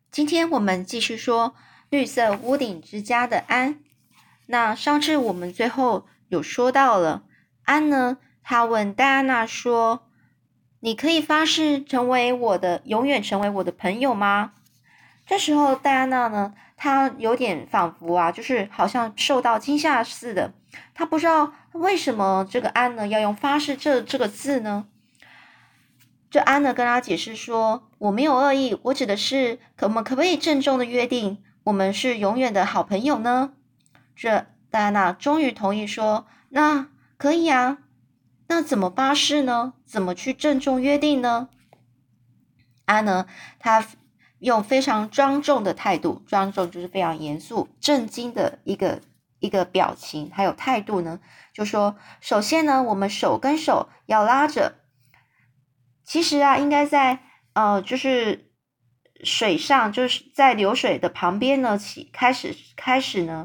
今天我们继续说绿色屋顶之家的安。那上次我们最后有说到了安呢，他问戴安娜说：“你可以发誓永远成为我的朋友吗？”这时候戴安娜呢，她有点仿佛就是好像受到惊吓似的，她不知道为什么这个安呢要用发誓这个字呢？这安呢跟他解释说：“我没有恶意，我指的是我们可不可以郑重的约定，我们是永远的好朋友呢？”这戴安娜终于同意说：“那可以啊。”那怎么发誓呢？怎么去郑重约定呢？安呢，他用非常庄重的态度，庄重就是非常严肃、震惊的一个表情，还有态度呢，就说：首先呢，我们手跟手要拉着。其实应该在就是水上，就是在流水的旁边呢，开始呢，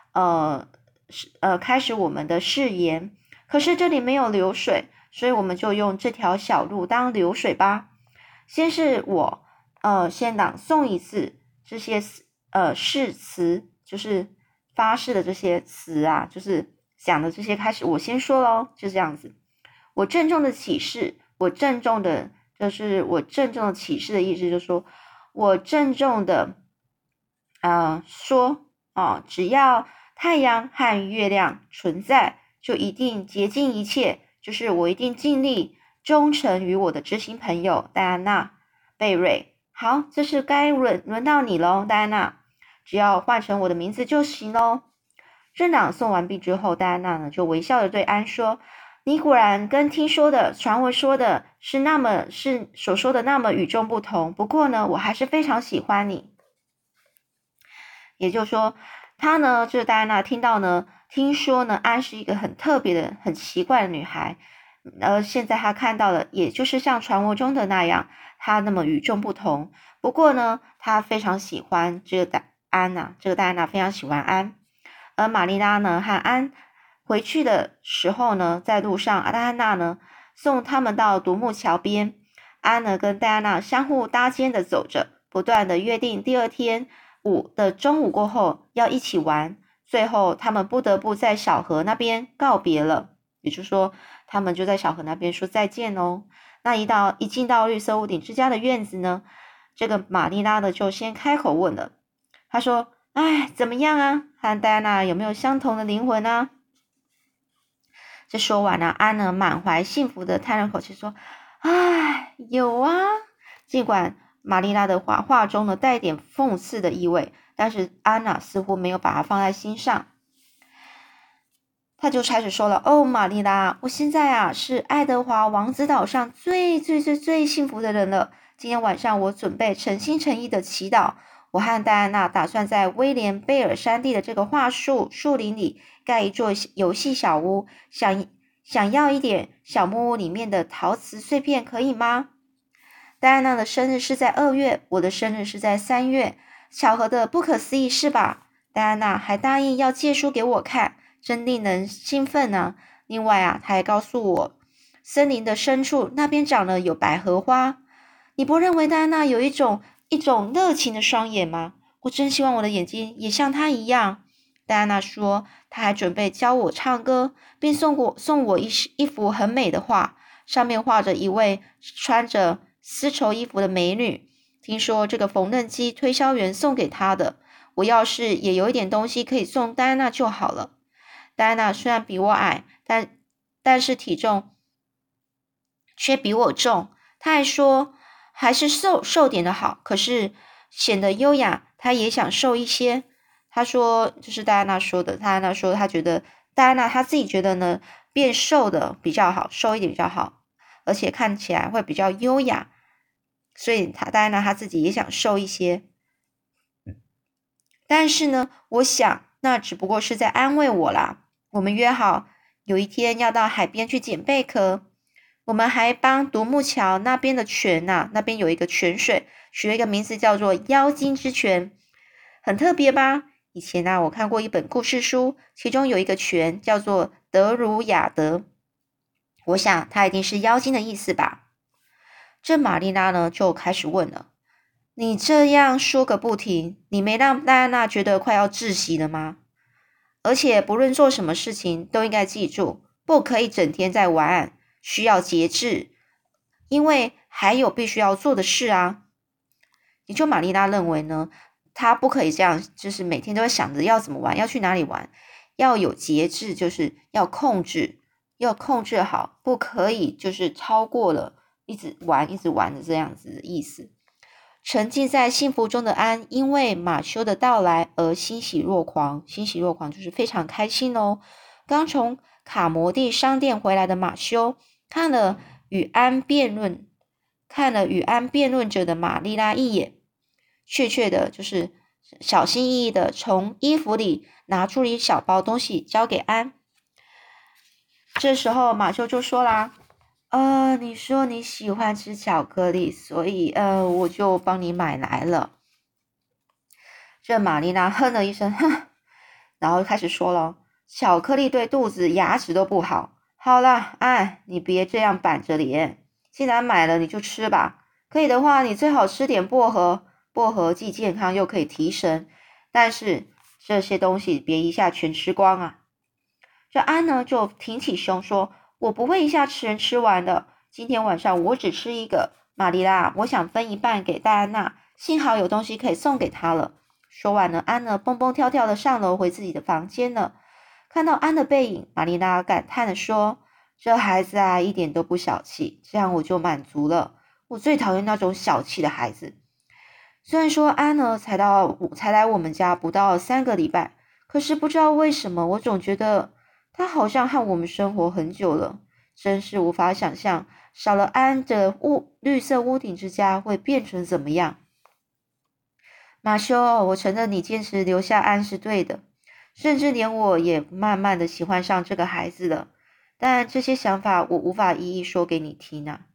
开始我们的誓言。可是这里没有流水，所以我们就用这条小路当流水吧。先是我先朗诵一次这些誓词，就是发誓的这些词就是讲的这些开始，我先说咯，就这样子。我郑重的起誓，我郑重的起誓的意思，就是说我郑重的说只要太阳和月亮存在，就一定竭尽一切，就是我一定尽力忠诚于我的知心朋友戴安娜贝瑞。好，这是该轮到你咯，戴安娜，只要换成我的名字就行咯。正朗诵完毕之后，戴安娜呢就微笑着对安说：“你果然跟传闻说的是所说的那么与众不同。不过呢，我还是非常喜欢你。”也就是说，她呢，就是戴安娜听说呢，安是一个很特别的、很奇怪的女孩，而现在她看到了，也就是像传闻中的那样，她那么与众不同。不过呢，她非常喜欢这个戴安娜非常喜欢安。而玛丽拉呢和安回去的时候呢，在路上，戴安娜呢送他们到独木桥边，安呢跟戴安娜相互搭肩的走着，不断的约定第二天中午过后要一起玩。最后他们不得不在小河那边告别了，也就是说，他们就在小河那边说再见哦。那一进到绿色屋顶之家的院子呢，这个玛丽拉呢就先开口问了，她说：“哎，怎么样啊？和戴安娜有没有相同的灵魂啊？”这说完呢，安呢满怀幸福的叹了口气说：“哎，有啊。”尽管玛丽拉的话中呢带点讽刺的意味，但是安娜似乎没有把它放在心上。他就开始说了：“哦，玛丽拉，我现在是爱德华王子岛上最幸福的人了。今天晚上我准备诚心诚意的祈祷。我和戴安娜打算在威廉贝尔山地的这个树林里盖一座游戏小屋，想要一点小木屋里面的陶瓷碎片，可以吗？戴安娜的生日是在2月，我的生日是在3月，巧合的不可思议是吧？戴安娜还答应要借书给我看。”真令人兴奋啊！另外他还告诉我，森林的深处那边长了有百合花。你不认为戴安娜有一种热情的双眼吗？我真希望我的眼睛也像她一样。戴安娜说，她还准备教我唱歌，并送我一幅很美的画，上面画着一位穿着丝绸衣服的美女。听说这个缝纫机推销员送给她的。我要是也有一点东西可以送戴安娜就好了。戴安娜虽然比我矮，但是体重却比我重。她还说，还是瘦点的好，可是显得优雅。她也想瘦一些。她说，这是戴安娜说的。戴安娜说，戴安娜她自己觉得呢，变瘦的比较好，瘦一点比较好，而且看起来会比较优雅。所以戴安娜她自己也想瘦一些。但是呢，我想那只不过是在安慰我啦。我们约好有一天要到海边去捡贝壳，我们还帮独木桥那边的泉那边有一个泉水，取了一个名字叫做妖精之泉，很特别吧？以前我看过一本故事书，其中有一个泉叫做德鲁亚德，我想它一定是妖精的意思吧。这玛丽拉呢就开始问了， 你这样说个不停，你没让戴安娜觉得快要窒息了吗？而且不论做什么事情，都应该记住，不可以整天在玩，需要节制，因为还有必须要做的事啊。也就玛丽拉认为呢，她不可以这样，就是每天都会想着要怎么玩，要去哪里玩，要有节制，就是要控制，要控制好，不可以就是超过了一直玩一直玩的这样子的意思。沉浸在幸福中的安，因为马修的到来而欣喜若狂。欣喜若狂就是非常开心哦。刚从卡摩蒂商店回来的马修，看了与安辩论着的玛丽拉一眼，确切的就是小心翼翼的从衣服里拿出了一小包东西交给安。这时候马修就说啦：你说你喜欢吃巧克力，所以我就帮你买来了。这玛丽娜哼了一声，哼，然后开始说了：巧克力对肚子、牙齿都不好。好了，安，你别这样板着脸，既然买了，你就吃吧。可以的话，你最好吃点薄荷，薄荷既健康又可以提神。但是这些东西别一下全吃光啊。这安呢就挺起胸说：我不会一下吃完的，今天晚上我只吃一个。玛丽拉，我想分一半给戴安娜，幸好有东西可以送给她了。说完呢，安呢蹦蹦跳跳的上楼回自己的房间了。看到安的背影，玛丽拉感叹的说：这孩子啊，一点都不小气，这样我就满足了。我最讨厌那种小气的孩子。虽然说安呢才来我们家不到3个礼拜，可是不知道为什么，我总觉得他好像和我们生活很久了，真是无法想象少了安的绿色屋顶之家会变成怎么样。马修，我承认你坚持留下安是对的，甚至连我也慢慢的喜欢上这个孩子了，但这些想法我无法一一说给你听啊。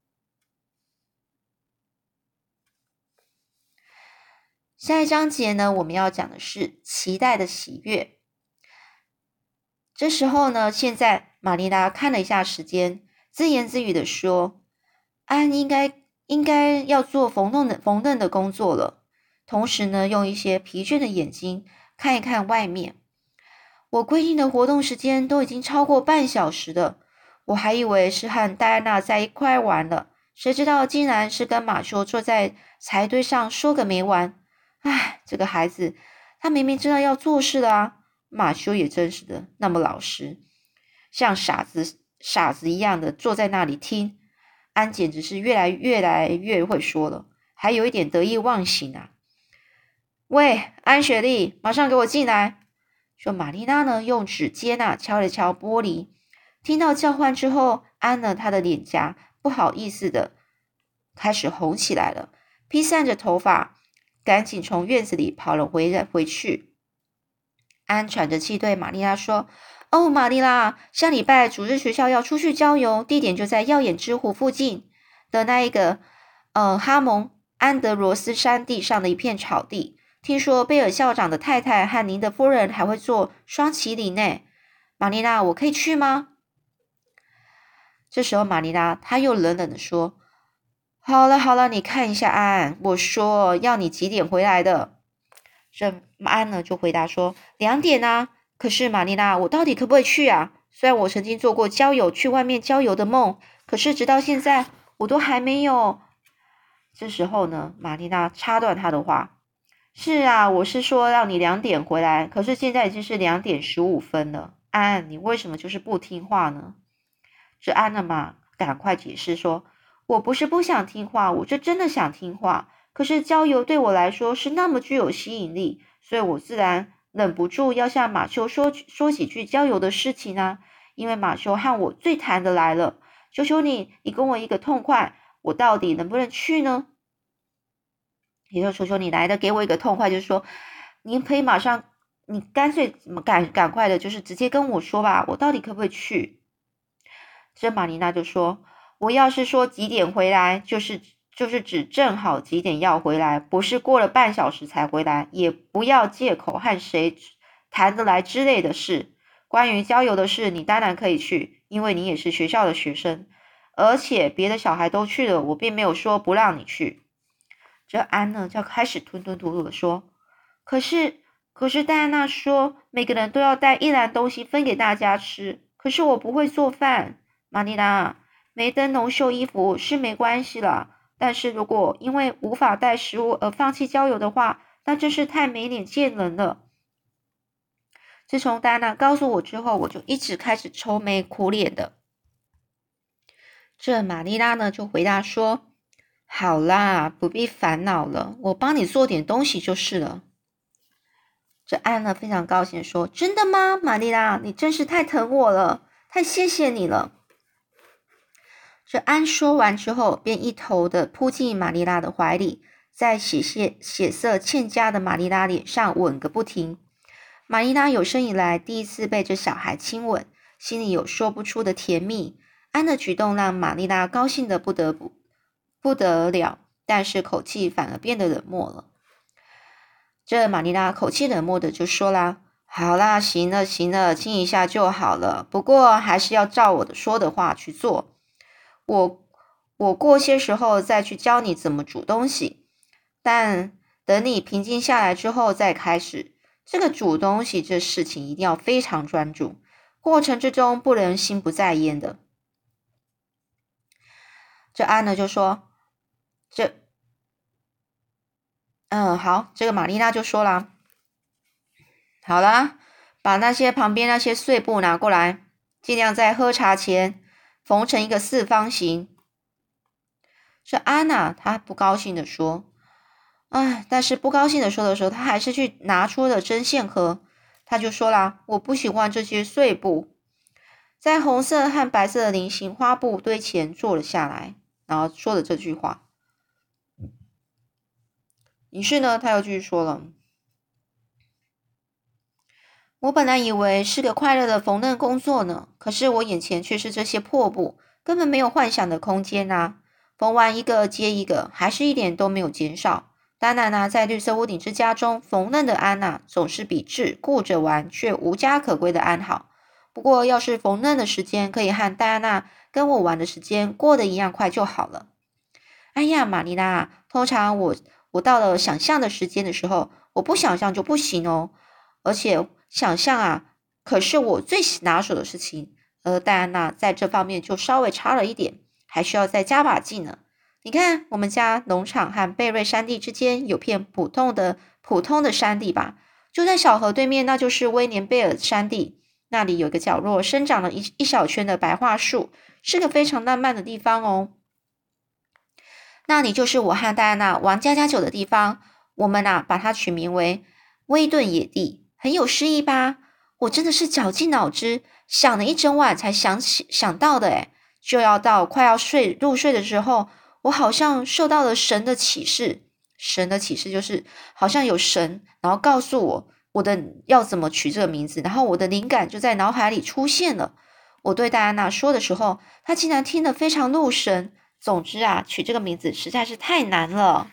下一章节呢，我们要讲的是期待的喜悦。这时候呢，现在玛丽拉看了一下时间，自言自语的说：安应该要做缝纫的工作了。同时呢，用一些疲倦的眼睛看一看外面。我规定的活动时间都已经超过半小时了，我还以为是和戴安娜在一块玩了，谁知道竟然是跟马修坐在柴堆上说个没完。唉，这个孩子，他明明知道要做事的啊。马修也真是的，那么老实，像傻子一样的坐在那里听。安简直是越来越会说了，还有一点得意忘形啊。喂，安雪莉，马上给我进来！说玛丽娜呢，用指尖敲了敲玻璃。听到叫唤之后，安呢，她的脸颊不好意思的开始红起来了，披散着头发，赶紧从院子里跑了回去。安喘着气对玛丽拉说：哦，玛丽拉，下礼拜主日学校要出去郊游，地点就在耀眼之湖附近的那一个哈蒙安德罗斯山地上的一片草地。听说贝尔校长的太太和您的夫人还会做双麒麟呢。玛丽拉，我可以去吗？这时候玛丽拉她又冷冷的说：好了，你看一下安，我说要你几点回来的。这安呢就回答说2点啊。可是玛丽拉，我到底可不可以去啊？虽然我曾经做过去外面郊游的梦，可是直到现在我都还没有。这时候呢，玛丽拉插断他的话：是啊，我是说让你2点回来，可是现在已经是2点15分了。安，你为什么就是不听话呢？这安了嘛，赶快解释说：我不是不想听话，我是真的想听话。可是郊游对我来说是那么具有吸引力，所以我自然忍不住要向马修说几句郊游的事情啊。因为马修和我最谈得来了，求求你，你跟我一个痛快，我到底能不能去呢？也就求求你来的，给我一个痛快，就是说，你可以马上，你干脆赶快的，就是直接跟我说吧，我到底可不可以去？这玛丽娜就说：我要是说几点回来，就是指正好几点要回来，不是过了半小时才回来，也不要借口和谁谈得来之类的事。关于郊游的事，你当然可以去，因为你也是学校的学生，而且别的小孩都去了，我并没有说不让你去。 这安呢就开始吞吞吐吐的说：可是戴安娜说每个人都要带一篮东西分给大家吃，可是我不会做饭。玛丽拉，没登农秀衣服是没关系啦，但是如果因为无法带食物而放弃郊游的话，那真是太没脸见人了。自从戴安娜告诉我之后，我就一直开始愁眉苦脸的。这玛丽拉呢就回答说：好啦，不必烦恼了，我帮你做点东西就是了。这安呢非常高兴地说：真的吗，玛丽拉？你真是太疼我了，太谢谢你了。这安说完之后，便一头的扑进玛丽拉的怀里，在血色欠佳的玛丽拉脸上吻个不停。玛丽拉有生以来第一次被这小孩亲吻，心里有说不出的甜蜜。安的举动让玛丽拉高兴得不得了，但是口气反而变得冷漠了。这玛丽拉口气冷漠的就说啦：好啦，行了，亲一下就好了，不过还是要照我说的话去做。我过些时候再去教你怎么煮东西，但等你平静下来之后再开始。这个煮东西这事情一定要非常专注，过程之中不能心不在焉的。这安呢就说：好，这个玛丽娜就说啦：好啦，把旁边那些碎布拿过来，尽量在喝茶前缝成一个四方形。这安娜她不高兴的说：但是不高兴的说的时候，她还是去拿出了针线盒。她就说啦：我不喜欢这些碎布。在红色和白色的菱形花布堆前坐了下来，然后说了这句话。于是呢，他又继续说了：我本来以为是个快乐的缝纫工作呢，可是我眼前却是这些破布，根本没有幻想的空间啊！缝完一个接一个，还是一点都没有减少。当然啦，在绿色屋顶之家中缝纫的安娜，总是比只顾着玩却无家可归的安好。不过，要是缝纫的时间可以和戴安娜跟我玩的时间过得一样快就好了。哎呀，玛丽拉，通常我到了想象的时间的时候，我不想象就不行哦。而且想象啊，可是我最拿手的事情。而戴安娜在这方面就稍微差了一点，还需要再加把劲呢。你看，我们家农场和贝瑞山地之间有片普通的山地吧？就在小河对面，那就是威廉贝尔山地。那里有个角落生长了一小圈的白桦树，是个非常浪漫的地方哦。那里就是我和戴安娜玩家家酒的地方，我们把它取名为威顿野地，很有诗意吧？我真的是绞尽脑汁想了一整晚才想到的诶，就要到快要入睡的时候，我好像受到了神的启示。神的启示就是好像有神，然后告诉我的要怎么取这个名字，然后我的灵感就在脑海里出现了。我对戴安娜说的时候，她竟然听得非常入神。总之取这个名字实在是太难了。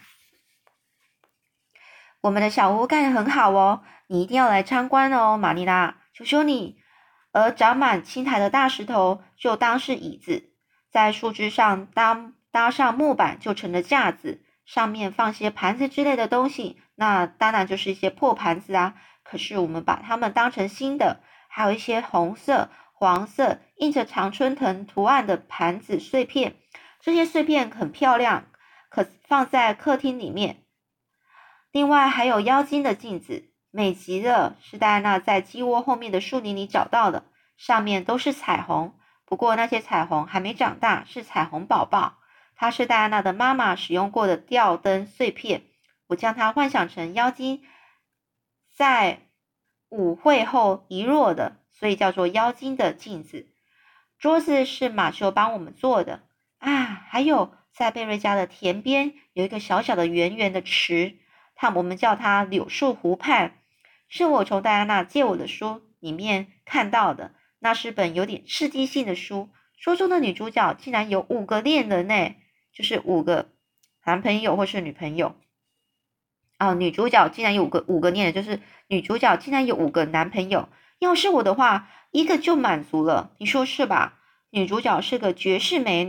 我们的小屋盖得很好哦，你一定要来参观哦，玛丽拉，求求你。而长满青苔的大石头就当是椅子，在树枝上搭上木板就成了架子，上面放些盘子之类的东西，那当然就是一些破盘子啊。可是我们把它们当成新的，还有一些红色、黄色印着常春藤图案的盘子碎片。这些碎片很漂亮，可放在客厅里面。另外还有妖精的镜子，美极了，是戴安娜在鸡窝后面的树林里找到的，上面都是彩虹。不过那些彩虹还没长大，是彩虹宝宝。它是戴安娜的妈妈使用过的吊灯碎片，我将它幻想成妖精在舞会后遗落的，所以叫做妖精的镜子。桌子是马修帮我们做的。还有在贝瑞家的田边有一个小小的圆圆的池，我们叫它柳树湖畔，是我从戴安娜借我的书里面看到的。那是本有点刺激性的书，书中的女主角竟然有5个恋人呢，就是5个男朋友或是女朋友。女主角竟然有五个恋人，就是女主角竟然有5个男朋友。要是我的话，一个就满足了，你说是吧？女主角是个绝世美女，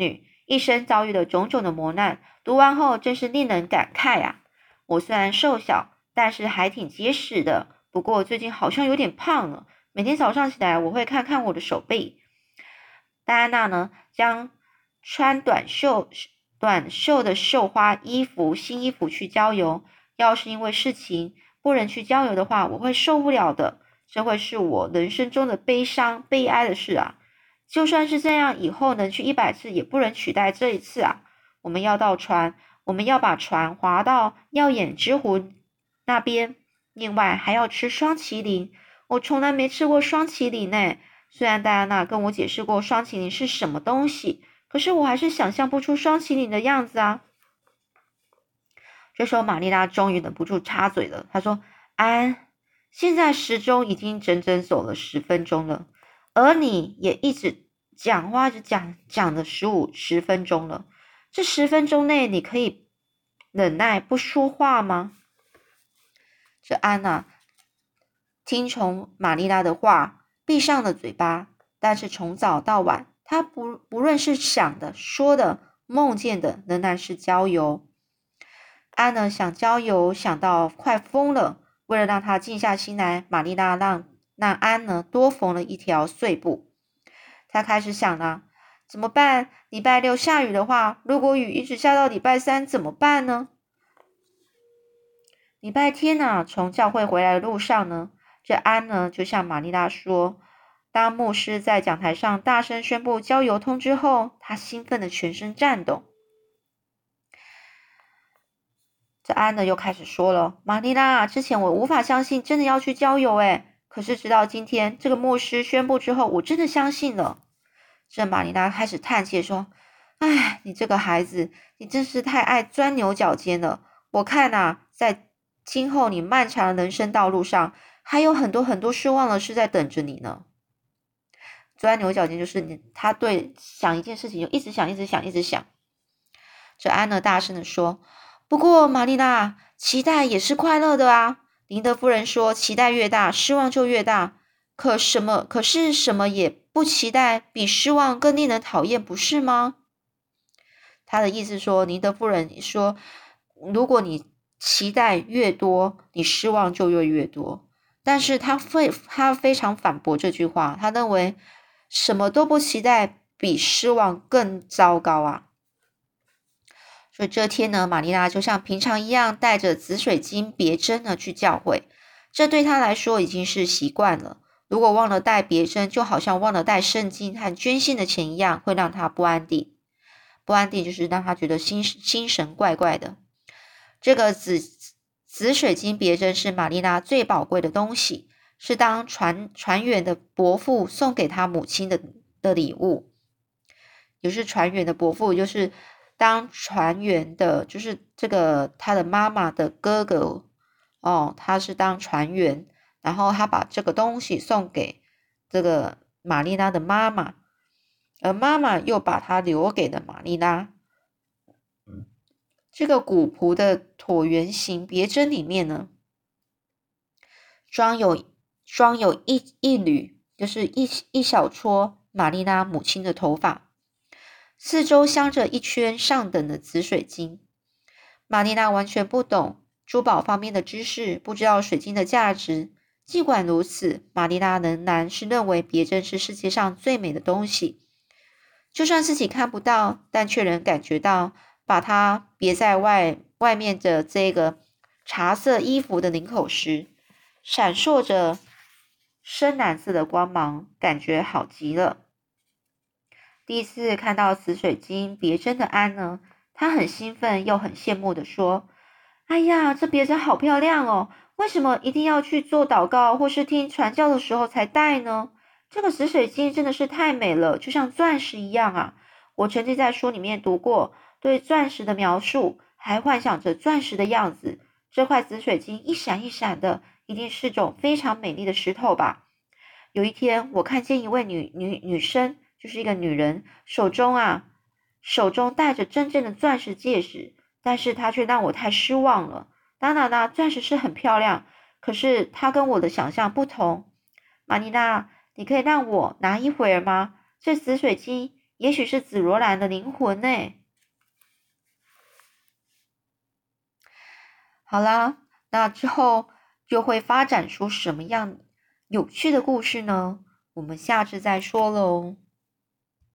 一生遭遇了种种的磨难，读完后真是令人感慨啊！我虽然瘦小，但是还挺结实的，不过最近好像有点胖了。每天早上起来，我会看看我的手背。戴安娜呢，将穿短袖的绣花新衣服去郊游。要是因为事情不能去郊游的话，我会受不了的。这会是我人生中的悲哀的事啊！就算是这样，以后能去100次，也不能取代这一次啊！我们要把船划到耀眼之湖那边。另外还要吃双麒麟，我从来没吃过双麒麟呢。虽然戴安娜跟我解释过双麒麟是什么东西，可是我还是想象不出双麒麟的样子啊。这时候玛丽拉终于忍不住插嘴了，她说：安，现在时钟已经整整走了10分钟了，而你也一直讲话讲了10分钟了。这10分钟内你可以忍耐不说话吗？这安娜听从玛丽拉的话，闭上了嘴巴。但是从早到晚，她不论是想的、说的、梦见的，仍然是郊游。安呢想郊游，想到快疯了。为了让她静下心来，玛丽拉让安呢多缝了一条碎布。她开始想了，怎么办？礼拜6下雨的话，如果雨一直下到礼拜3怎么办呢？礼拜天呢，从教会回来的路上呢，这安呢就向玛丽拉说，当牧师在讲台上大声宣布郊游通知后，他兴奋的全身颤抖。这安呢又开始说了，玛丽拉，之前我无法相信真的要去郊游可是直到今天这个牧师宣布之后，我真的相信了。这玛丽拉开始叹气说，哎，你这个孩子，你真是太爱钻牛角尖了。我看在今后你漫长的人生道路上，还有很多很多失望的事在等着你呢。钻牛角尖就是他对想一件事情就一直想。这安呢大声的说，不过玛丽拉，期待也是快乐的啊。林德夫人说，期待越大，失望就越大。可是什么也不期待，比失望更令人讨厌，不是吗？他的意思说，林德夫人说，如果你期待越多，你失望就越多。但是他非常反驳这句话，他认为什么都不期待比失望更糟糕啊。所以这天呢，玛丽拉就像平常一样，带着紫水晶别针呢去教会。这对她来说已经是习惯了。如果忘了带别针，就好像忘了带圣经和捐献的钱一样，会让她不安定。不安定就是让她觉得心神怪怪的。这个紫水晶别针是玛丽拉最宝贵的东西，是当船员的伯父送给她母亲的礼物。就是船员的伯父，就是当船员的，就是这个他的妈妈的哥哥他是当船员，然后他把这个东西送给这个玛丽拉的妈妈，而妈妈又把它留给了玛丽拉。这个古朴的椭圆形别针里面呢，装有一缕，就是一小撮玛丽拉母亲的头发。四周镶着一圈上等的紫水晶。玛丽拉完全不懂珠宝方面的知识，不知道水晶的价值。尽管如此，玛丽拉仍然是认为别针是世界上最美的东西。就算自己看不到，但却能感觉到把它别在外面的这个茶色衣服的领口时，闪烁着深蓝色的光芒，感觉好极了。第一次看到紫水晶别针的安呢，她很兴奋又很羡慕的说，哎呀，这别针好漂亮哦，为什么一定要去做祷告或是听传教的时候才戴呢？这个紫水晶真的是太美了，就像钻石一样啊。我曾经在书里面读过对钻石的描述，还幻想着钻石的样子。这块紫水晶一闪一闪的，一定是种非常美丽的石头吧。有一天我看见一位女生，就是一个女人，手中戴着真正的钻石戒指，但是她却让我太失望了。当然啦，钻石是很漂亮，可是它跟我的想象不同。玛丽拉，你可以让我拿一会儿吗？这紫水晶也许是紫罗兰的灵魂呢。好啦，那之后就会发展出什么样有趣的故事呢？我们下次再说喽。